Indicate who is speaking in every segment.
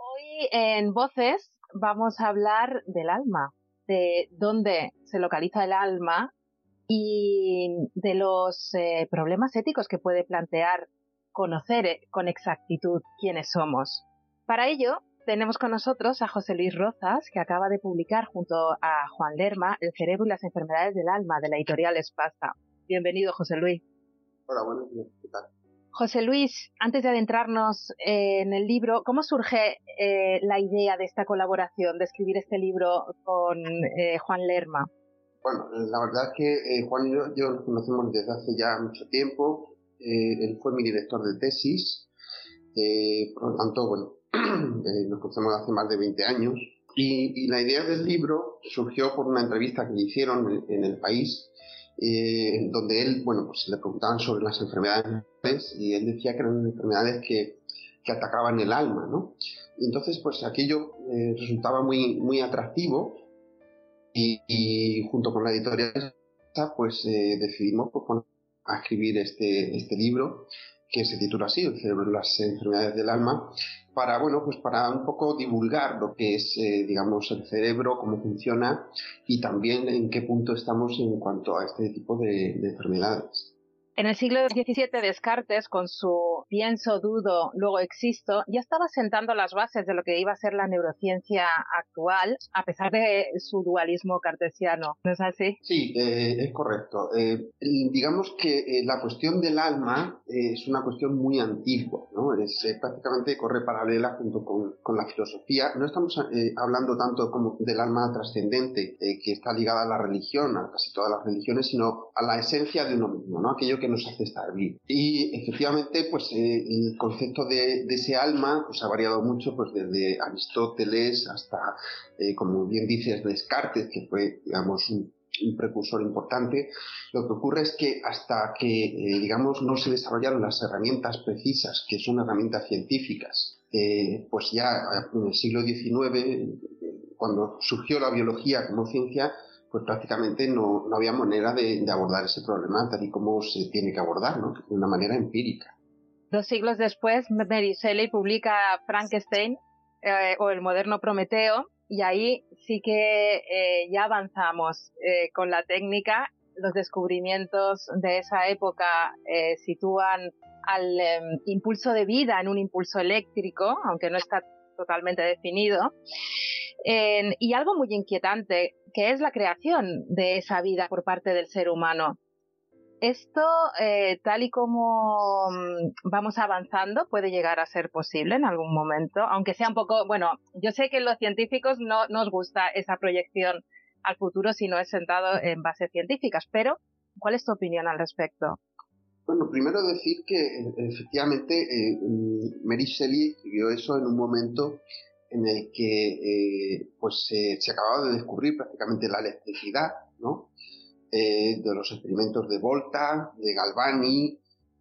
Speaker 1: Hoy en Voces vamos a hablar del alma, de dónde se localiza el alma y de los problemas éticos que puede plantear conocer con exactitud quiénes somos. Para ello, tenemos con nosotros a José Luis Rozas, que acaba de publicar junto a Juan Lerma El cerebro y las enfermedades del alma, de la editorial Espasa. Bienvenido, José Luis.
Speaker 2: Hola, buenos días, ¿qué tal?
Speaker 1: José Luis, antes de adentrarnos en el libro, ¿cómo surge la idea de esta colaboración, de escribir este libro con Juan Lerma?
Speaker 2: Bueno, la verdad es que Juan y yo nos conocemos desde hace ya mucho tiempo. Él fue mi director de tesis, por lo tanto, bueno, nos conocemos hace más de 20 años. Y la idea del libro surgió por una entrevista que le hicieron en El País, donde él, bueno, pues le preguntaban sobre las enfermedades y él decía que eran enfermedades que atacaban el alma, ¿no? Y entonces, pues aquello resultaba muy atractivo y junto con la editorial, pues decidimos pues, a escribir este libro que se titula así, El cerebro y las enfermedades del alma, para, bueno, pues para un poco divulgar lo que es, digamos, el cerebro, cómo funciona y también en qué punto estamos en cuanto a este tipo de enfermedades.
Speaker 1: En el siglo XVII, Descartes, con su pienso, dudo, luego existo, ya estaba sentando las bases de lo que iba a ser la neurociencia actual, a pesar de su dualismo cartesiano. ¿No es así?
Speaker 2: Sí, es correcto. Digamos que la cuestión del alma es una cuestión muy antigua, ¿no? Prácticamente corre paralela junto con la filosofía. No estamos hablando tanto como del alma trascendente, que está ligada a la religión, a casi todas las religiones, sino a la esencia de uno mismo, ¿no? Aquello que nos hace estar vivos. Y efectivamente, pues el concepto de ese alma pues, ha variado mucho, pues desde Aristóteles hasta, como bien dices, Descartes, que fue, digamos, un precursor importante. Lo que ocurre es que hasta que, digamos, no se desarrollaron las herramientas precisas, que son herramientas científicas, pues ya en el siglo XIX, cuando surgió la biología como ciencia, pues prácticamente no había manera de abordar ese problema tal y como se tiene que abordar, ¿no? De una manera empírica.
Speaker 1: 2 siglos después, Mary Shelley publica Frankenstein o El moderno Prometeo, y ahí sí que ya avanzamos con la técnica. Los descubrimientos de esa época sitúan al impulso de vida en un impulso eléctrico, aunque no está totalmente definido, y algo muy inquietante, que es la creación de esa vida por parte del ser humano. Esto, tal y como vamos avanzando, puede llegar a ser posible en algún momento, aunque sea un poco, bueno, yo sé que los científicos no nos gusta esa proyección al futuro si no es sentado en bases científicas, pero ¿cuál es tu opinión al respecto?
Speaker 2: Bueno, primero decir que efectivamente Mary Shelley escribió eso en un momento en el que pues se acababa de descubrir prácticamente la electricidad, ¿no? De los experimentos de Volta, de Galvani,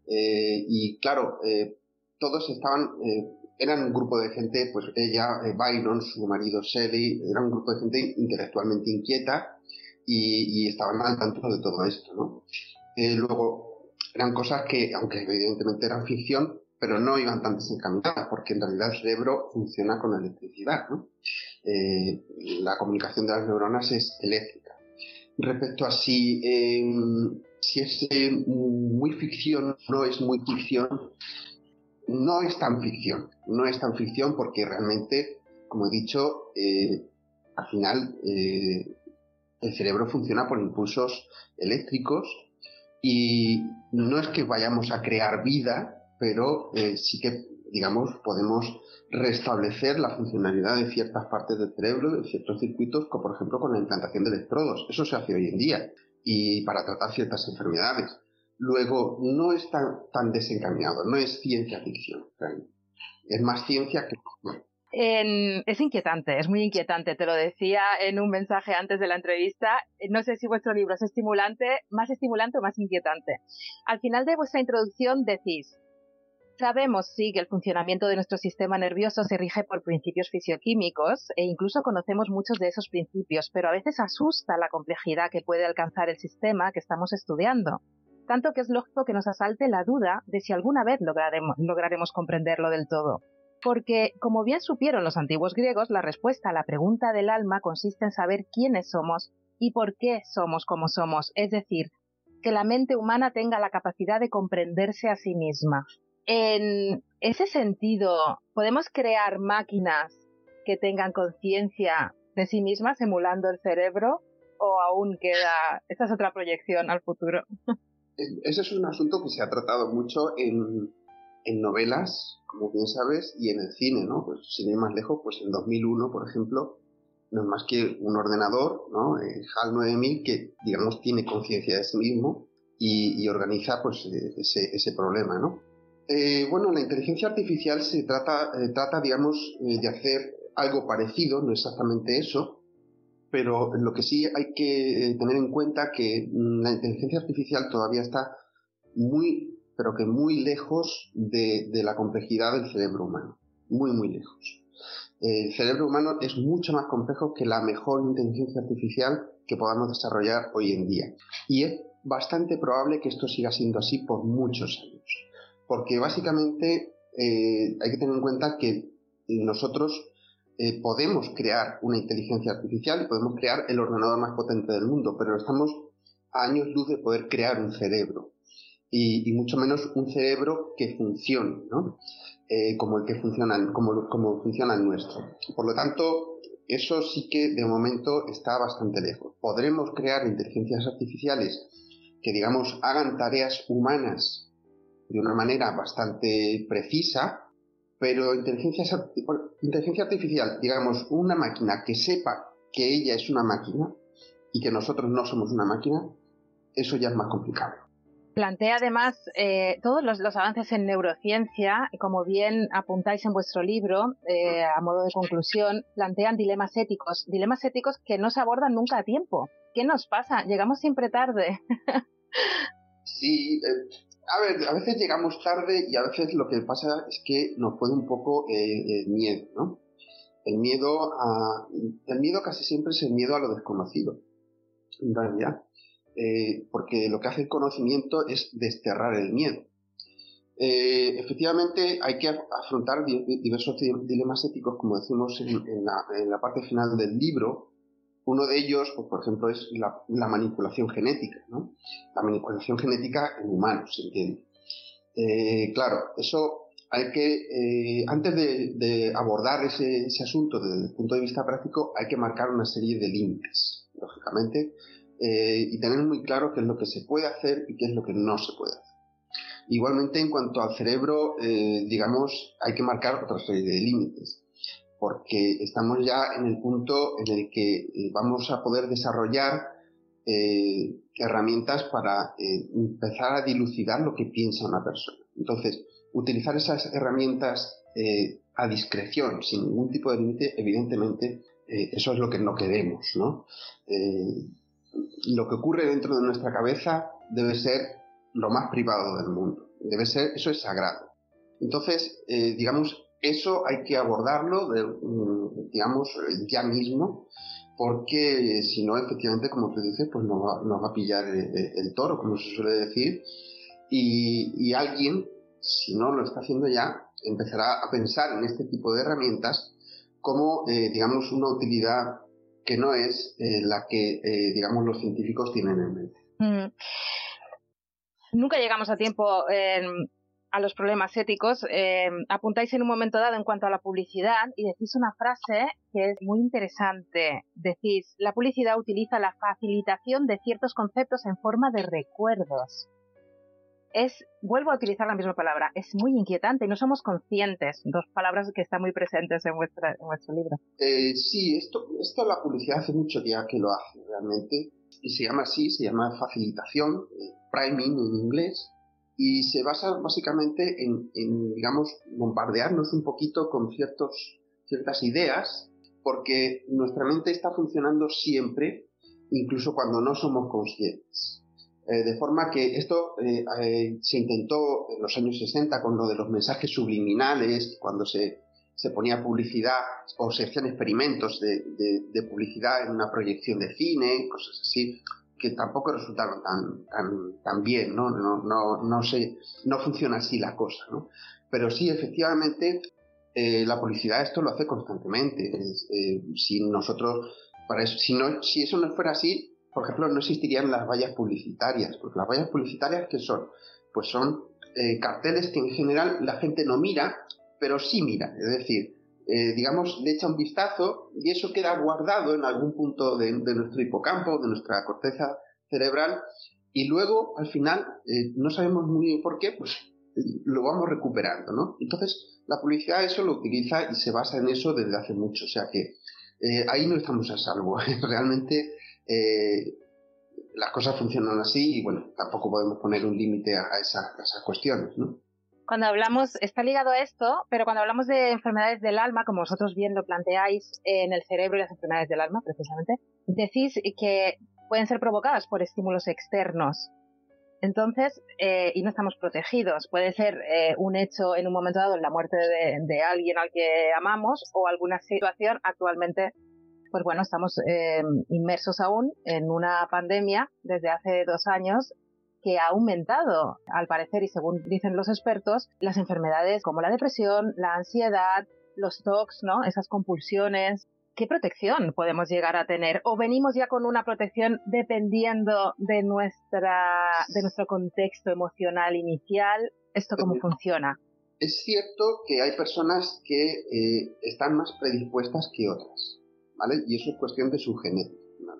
Speaker 2: y claro, todos eran un grupo de gente, pues ella, Byron, su marido Shelley, era un grupo de gente intelectualmente inquieta y estaban al tanto de todo esto, ¿no? Luego, eran cosas que, aunque evidentemente eran ficción, pero no iban tan desencaminadas, porque en realidad el cerebro funciona con electricidad, ¿no? La comunicación de las neuronas es eléctrica. Respecto a si es muy ficción, no es muy ficción, no es tan ficción. No es tan ficción porque realmente, como he dicho, al final el cerebro funciona por impulsos eléctricos y no es que vayamos a crear vida, pero sí que, digamos, podemos restablecer la funcionalidad de ciertas partes del cerebro, de ciertos circuitos, como por ejemplo con la implantación de electrodos. Eso se hace hoy en día y para tratar ciertas enfermedades. Luego, no es tan desencaminado, no es ciencia ficción, realmente. Es más ciencia que... Bueno,
Speaker 1: Es inquietante, es muy inquietante, te lo decía en un mensaje antes de la entrevista. No sé si vuestro libro es más estimulante o más inquietante. Al final de vuestra introducción decís: sabemos, sí, que el funcionamiento de nuestro sistema nervioso se rige por principios fisioquímicos e incluso conocemos muchos de esos principios, pero a veces asusta la complejidad que puede alcanzar el sistema que estamos estudiando. Tanto que es lógico que nos asalte la duda de si alguna vez lograremos comprenderlo del todo. Porque, como bien supieron los antiguos griegos, la respuesta a la pregunta del alma consiste en saber quiénes somos y por qué somos como somos, es decir, que la mente humana tenga la capacidad de comprenderse a sí misma. En ese sentido, ¿podemos crear máquinas que tengan conciencia de sí mismas emulando el cerebro? ¿O aún queda? Esta es otra proyección al futuro.
Speaker 2: Ese es un asunto que se ha tratado mucho en novelas, como bien sabes, y en el cine, ¿no? Pues sin ir más lejos, pues en 2001, por ejemplo, no es más que un ordenador, ¿no? El HAL 9000, que, digamos, tiene conciencia de sí mismo y organiza, pues, ese problema, ¿no? Bueno, la inteligencia artificial se trata digamos, de hacer algo parecido, no exactamente eso, pero lo que sí hay que tener en cuenta que la inteligencia artificial todavía está muy, pero que muy lejos de la complejidad del cerebro humano, muy, muy lejos. El cerebro humano es mucho más complejo que la mejor inteligencia artificial que podamos desarrollar hoy en día. Y es bastante probable que esto siga siendo así por muchos años. Porque básicamente hay que tener en cuenta que nosotros podemos crear una inteligencia artificial y podemos crear el ordenador más potente del mundo, pero estamos a años luz de poder crear un cerebro. Y mucho menos un cerebro que funcione, ¿no? Como el que funciona, como funciona el nuestro. Por lo tanto, eso sí que de momento está bastante lejos. Podremos crear inteligencias artificiales que, digamos, hagan tareas humanas de una manera bastante precisa, pero inteligencia artificial, digamos, una máquina que sepa que ella es una máquina y que nosotros no somos una máquina, eso ya es más complicado.
Speaker 1: Plantea además todos los avances en neurociencia, como bien apuntáis en vuestro libro, a modo de conclusión, plantean dilemas éticos que no se abordan nunca a tiempo. ¿Qué nos pasa? Llegamos siempre tarde.
Speaker 2: Sí, a ver, a veces llegamos tarde y a veces lo que pasa es que nos puede un poco el miedo, ¿no? El miedo casi siempre es el miedo a lo desconocido, en realidad. Porque lo que hace el conocimiento es desterrar el miedo. Efectivamente, hay que afrontar diversos dilemas éticos, como decimos en la parte final del libro. Uno de ellos, pues, por ejemplo, es la manipulación genética, ¿no? La manipulación genética en humanos, se entiende. Claro, eso hay que, antes de abordar ese asunto desde el punto de vista práctico, hay que marcar una serie de límites, lógicamente, y tener muy claro qué es lo que se puede hacer y qué es lo que no se puede hacer. Igualmente, en cuanto al cerebro, digamos, hay que marcar otra serie de límites, porque estamos ya en el punto en el que vamos a poder desarrollar herramientas para empezar a dilucidar lo que piensa una persona. Entonces, utilizar esas herramientas a discreción, sin ningún tipo de límite, evidentemente, eso es lo que no queremos, ¿no? Lo que ocurre dentro de nuestra cabeza debe ser lo más privado del mundo. Eso es sagrado. Entonces, digamos, eso hay que abordarlo, digamos, ya mismo, porque si no, efectivamente, como tú dices, pues nos va a pillar el toro, como se suele decir, y alguien, si no lo está haciendo ya, empezará a pensar en este tipo de herramientas como, digamos, una utilidad que no es la que, digamos, los científicos tienen en mente.
Speaker 1: Nunca llegamos a tiempo a los problemas éticos. Apuntáis en un momento dado en cuanto a la publicidad y decís una frase que es muy interesante. Decís, la publicidad utiliza la facilitación de ciertos conceptos en forma de recuerdos. Vuelvo a utilizar la misma palabra, es muy inquietante y no somos conscientes, dos palabras que están muy presentes en vuestro libro.
Speaker 2: Sí, esto la publicidad hace mucho ya que lo hace realmente, y se llama así, se llama facilitación, priming en inglés, y se basa básicamente en, digamos, bombardearnos un poquito con ciertas ideas, porque nuestra mente está funcionando siempre, incluso cuando no somos conscientes. De forma que esto se intentó en los años 60 con lo de los mensajes subliminales, cuando se ponía publicidad o se hacían experimentos de publicidad en una proyección de cine, cosas así, que tampoco resultaron tan bien, ¿no? No funciona así la cosa, ¿no? Pero sí, efectivamente, La publicidad esto lo hace constantemente. Si nosotros, para eso, si eso no fuera así, por ejemplo, no existirían las vallas publicitarias, porque las vallas publicitarias, ¿qué son? Pues son carteles que en general la gente no mira, pero sí mira. Es decir, digamos, le echa un vistazo y eso queda guardado en algún punto de nuestro hipocampo, de nuestra corteza cerebral, y luego, al final, no sabemos muy bien por qué, pues lo vamos recuperando, ¿no? Entonces, la publicidad eso lo utiliza y se basa en eso desde hace mucho, o sea que ahí no estamos a salvo. Realmente las cosas funcionan así y bueno, tampoco podemos poner un límite a esas cuestiones, ¿no?
Speaker 1: Cuando hablamos, está ligado a esto, pero cuando hablamos de enfermedades del alma, como vosotros bien lo planteáis en el cerebro y las enfermedades del alma, precisamente, decís que pueden ser provocadas por estímulos externos. Entonces, y no estamos protegidos. Puede ser un hecho en un momento dado, la muerte de alguien al que amamos o alguna situación. Actualmente, pues bueno, estamos inmersos aún en una pandemia desde hace 2 años que ha aumentado, al parecer, y según dicen los expertos, las enfermedades como la depresión, la ansiedad, los TOCs, ¿no? Esas compulsiones. ¿Qué protección podemos llegar a tener? ¿O venimos ya con una protección dependiendo de nuestro contexto emocional inicial? ¿Esto cómo funciona?
Speaker 2: Es cierto que hay personas que están más predispuestas que otras, ¿vale? Y eso es cuestión de su genética.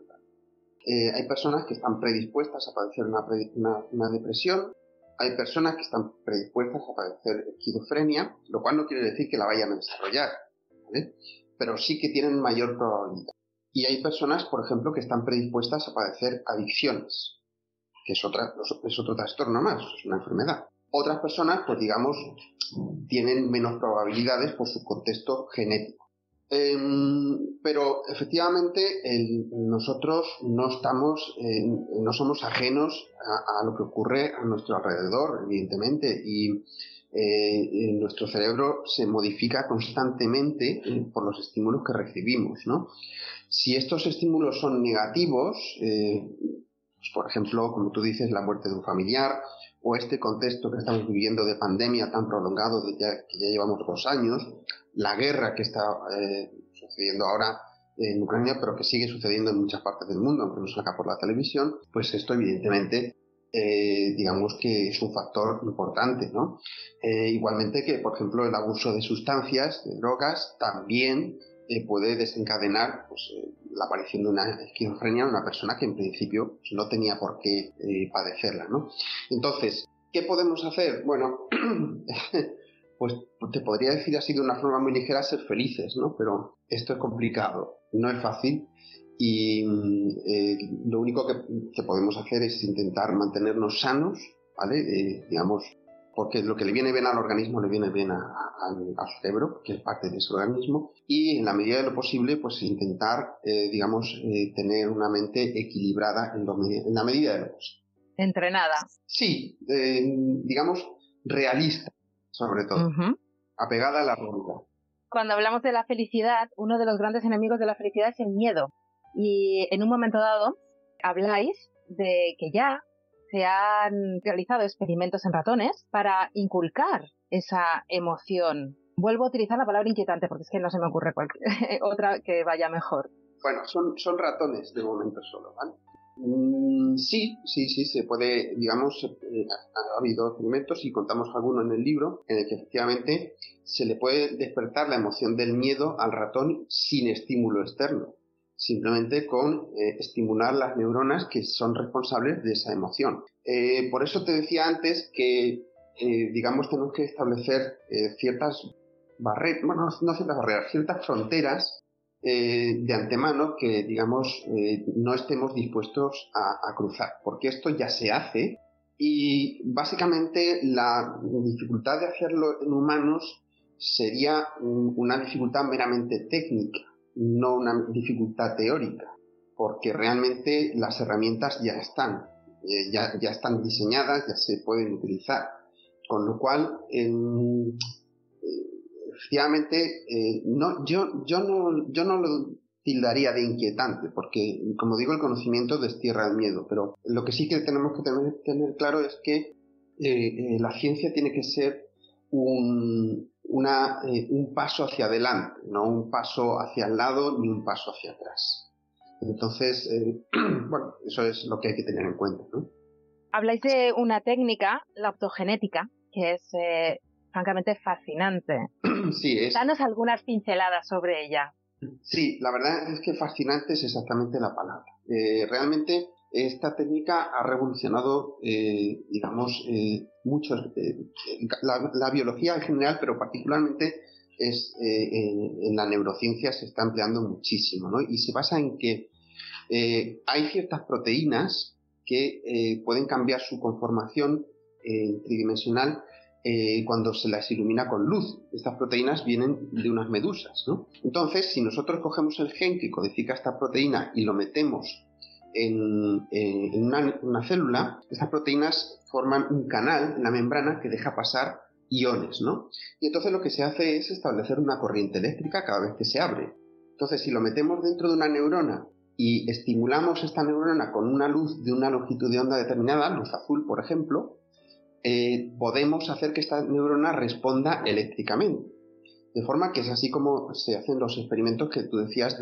Speaker 2: Hay personas que están predispuestas a padecer una depresión, hay personas que están predispuestas a padecer esquizofrenia, lo cual no quiere decir que la vayan a desarrollar, ¿vale? Pero sí que tienen mayor probabilidad. Y hay personas, por ejemplo, que están predispuestas a padecer adicciones, que es otro trastorno más, es una enfermedad. Otras personas, pues digamos, tienen menos probabilidades por su contexto genético. Pero efectivamente nosotros no somos ajenos a lo que ocurre a nuestro alrededor, evidentemente, y nuestro cerebro se modifica constantemente por los estímulos que recibimos, ¿no? Si estos estímulos son negativos, pues por ejemplo, como tú dices, la muerte de un familiar o este contexto que estamos viviendo de pandemia tan prolongado que ya llevamos 2 años, la guerra que está sucediendo ahora en Ucrania, pero que sigue sucediendo en muchas partes del mundo, aunque no salga por la televisión, pues esto evidentemente digamos que es un factor importante, ¿no? Igualmente que, por ejemplo, el abuso de sustancias, de drogas, también puede desencadenar pues, la aparición de una esquizofrenia en una persona que en principio pues, no tenía por qué padecerla, ¿no? Entonces, ¿qué podemos hacer? Bueno, pues te podría decir así de una forma muy ligera ser felices, ¿no? Pero esto es complicado, no es fácil y lo único que podemos hacer es intentar mantenernos sanos, ¿vale? Digamos, porque lo que le viene bien al organismo le viene bien al cerebro, que es parte de ese organismo, y en la medida de lo posible, pues intentar, tener una mente equilibrada en la medida de lo posible.
Speaker 1: Entrenada.
Speaker 2: Sí, digamos, realista, sobre todo, apegada a la realidad.
Speaker 1: Cuando hablamos de la felicidad, uno de los grandes enemigos de la felicidad es el miedo. Y en un momento dado habláis de que ya se han realizado experimentos en ratones para inculcar esa emoción. Vuelvo a utilizar la palabra inquietante porque es que no se me ocurre otra que vaya mejor.
Speaker 2: Bueno, son ratones de momento solo, ¿vale? Sí, se puede, digamos, ha habido experimentos y contamos alguno en el libro en el que efectivamente se le puede despertar la emoción del miedo al ratón sin estímulo externo, simplemente con estimular las neuronas que son responsables de esa emoción. Por eso te decía antes que, digamos, tenemos que establecer ciertas barreras, bueno, no ciertas barreras, ciertas fronteras de antemano que, digamos, no estemos dispuestos a cruzar, porque esto ya se hace y básicamente la dificultad de hacerlo en humanos sería una dificultad meramente técnica, no una dificultad teórica, porque realmente las herramientas ya están, ya están diseñadas, ya se pueden utilizar, con lo cual efectivamente, yo no lo tildaría de inquietante, porque, como digo, el conocimiento destierra el miedo, pero lo que sí que tenemos que tener claro es que la ciencia tiene que ser un un paso hacia adelante, no un paso hacia el lado ni un paso hacia atrás. Entonces, bueno, eso es lo que hay que tener en cuenta, ¿no?
Speaker 1: Habláis de una técnica, la optogenética, que es francamente fascinante.
Speaker 2: Sí,
Speaker 1: Danos algunas pinceladas sobre ella.
Speaker 2: Sí, la verdad es que fascinante es exactamente la palabra. Realmente esta técnica ha revolucionado, digamos, la biología en general, pero particularmente en la neurociencia se está empleando muchísimo, ¿no? Y se basa en que hay ciertas proteínas que pueden cambiar su conformación tridimensional cuando se las ilumina con luz. Estas proteínas vienen de unas medusas, ¿no? Entonces, si nosotros cogemos el gen que codifica esta proteína y lo metemos en una célula, estas proteínas forman un canal en la membrana que deja pasar iones, ¿no? Y entonces lo que se hace es establecer una corriente eléctrica cada vez que se abre. Entonces, si lo metemos dentro de una neurona y estimulamos esta neurona con una luz de una longitud de onda determinada, luz azul, por ejemplo, podemos hacer que esta neurona responda eléctricamente. De forma que es así como se hacen los experimentos que tú decías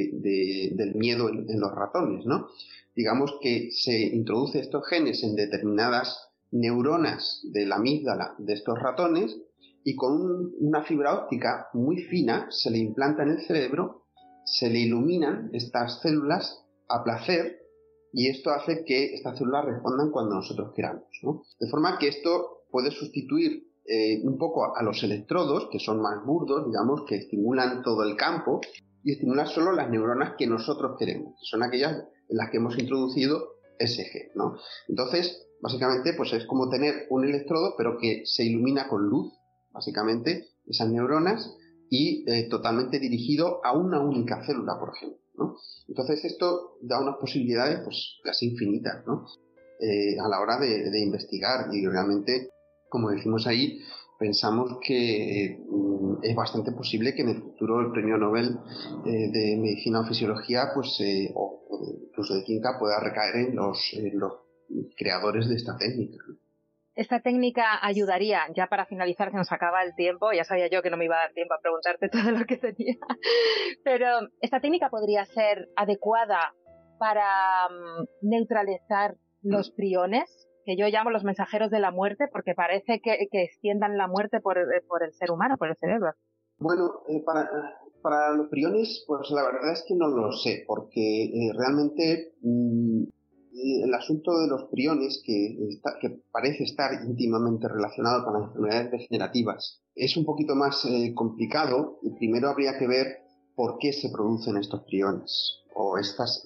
Speaker 2: del miedo en los ratones, ¿no? Digamos que se introduce estos genes en determinadas neuronas de la amígdala de estos ratones y con una fibra óptica muy fina se le implanta en el cerebro, se le iluminan estas células a placer y esto hace que estas células respondan cuando nosotros queramos, ¿no? De forma que esto puede sustituir un poco a los electrodos, que son más burdos, digamos, que estimulan todo el campo y estimulan solo las neuronas que nosotros queremos, que son aquellas en las que hemos introducido ese gen, ¿no? Entonces, básicamente, pues es como tener un electrodo, pero que se ilumina con luz, básicamente, esas neuronas, y totalmente dirigido a una única célula, por ejemplo, ¿no? Entonces esto da unas posibilidades pues casi infinitas, ¿no? A la hora de investigar y realmente, como decimos ahí, pensamos que es bastante posible que en el futuro el premio Nobel de Medicina o Fisiología pues, o incluso de Química pueda recaer en los creadores de esta técnica, ¿no?
Speaker 1: Esta técnica ayudaría, ya para finalizar, que nos acaba el tiempo, ya sabía yo que no me iba a dar tiempo a preguntarte todo lo que tenía, pero esta técnica podría ser adecuada para neutralizar los priones, que yo llamo los mensajeros de la muerte, porque parece que extiendan la muerte por el ser humano, por el cerebro.
Speaker 2: Bueno, para los priones, pues la verdad es que no lo sé, porque realmente el asunto de los priones, que parece estar íntimamente relacionado con las enfermedades degenerativas, es un poquito más complicado y primero habría que ver por qué se producen estos priones o estas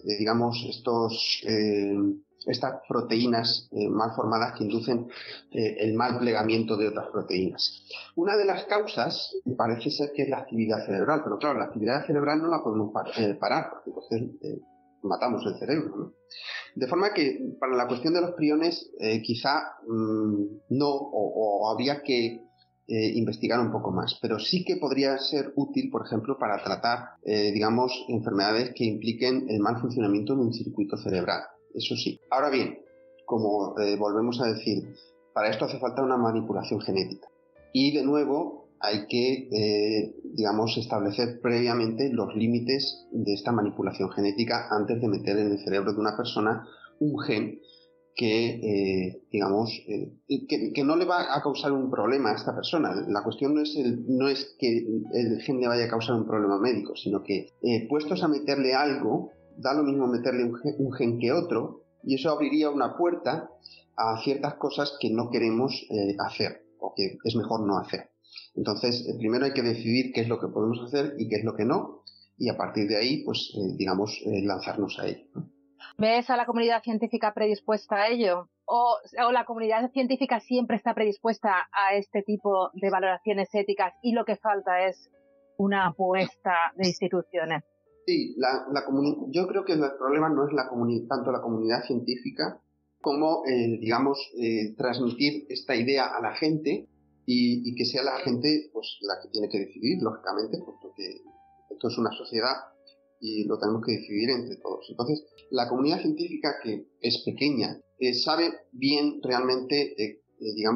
Speaker 2: proteínas mal formadas que inducen el mal plegamiento de otras proteínas. Una de las causas parece ser que es la actividad cerebral, pero claro, la actividad cerebral no la podemos parar, porque entonces matamos el cerebro, ¿no? De forma que para la cuestión de los priones quizá no, o habría que investigar un poco más, pero sí que podría ser útil, por ejemplo, para tratar, digamos, enfermedades que impliquen el mal funcionamiento de un circuito cerebral. Eso sí. Ahora bien, como volvemos a decir, para esto hace falta una manipulación genética. Y de nuevo hay que, digamos, establecer previamente los límites de esta manipulación genética antes de meter en el cerebro de una persona un gen que, que no le va a causar un problema a esta persona. La cuestión no es que el gen le vaya a causar un problema médico, sino que puestos a meterle algo, da lo mismo meterle un gen que otro, y eso abriría una puerta a ciertas cosas que no queremos hacer, o que es mejor no hacer. Entonces, primero hay que decidir qué es lo que podemos hacer y qué es lo que no, y a partir de ahí, pues, lanzarnos a ello, ¿no?
Speaker 1: ¿Ves a la comunidad científica predispuesta a ello? ¿O la comunidad científica siempre está predispuesta a este tipo de valoraciones éticas y lo que falta es una apuesta de instituciones?
Speaker 2: Sí, yo creo que el problema no es tanto la comunidad científica como, transmitir esta idea a la gente y que sea la gente pues la que tiene que decidir, lógicamente, porque esto es una sociedad y lo tenemos que decidir entre todos. Entonces, la comunidad científica, que es pequeña, sabe bien realmente,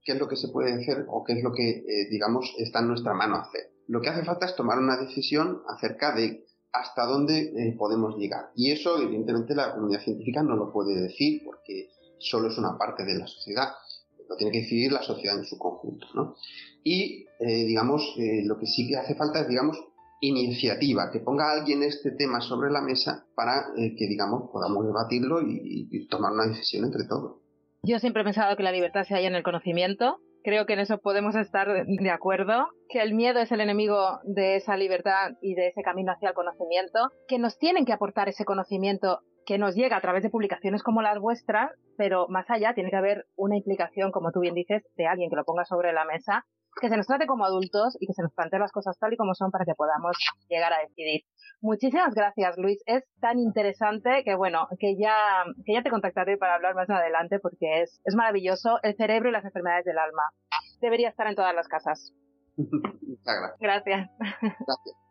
Speaker 2: qué es lo que se puede hacer o qué es lo que, digamos, está en nuestra mano hacer. Lo que hace falta es tomar una decisión acerca de hasta dónde podemos llegar. Y eso, evidentemente, la comunidad científica no lo puede decir porque solo es una parte de la sociedad. Lo tiene que decidir la sociedad en su conjunto, ¿no? Y, digamos, lo que sí que hace falta es, digamos, iniciativa, que ponga a alguien este tema sobre la mesa para que, digamos, podamos debatirlo y tomar una decisión entre todos.
Speaker 1: Yo siempre he pensado que la libertad se halla en el conocimiento. Creo que en eso podemos estar de acuerdo, que el miedo es el enemigo de esa libertad y de ese camino hacia el conocimiento, que nos tienen que aportar ese conocimiento que nos llega a través de publicaciones como las vuestras, pero más allá tiene que haber una implicación, como tú bien dices, de alguien que lo ponga sobre la mesa, que se nos trate como adultos y que se nos planteen las cosas tal y como son para que podamos llegar a decidir. Muchísimas gracias, Luis. Es tan interesante que, bueno, que ya te contactaré para hablar más adelante porque es maravilloso el cerebro y las enfermedades del alma. Debería estar en todas las casas.
Speaker 2: Muchas gracias.
Speaker 1: Gracias.
Speaker 2: Gracias.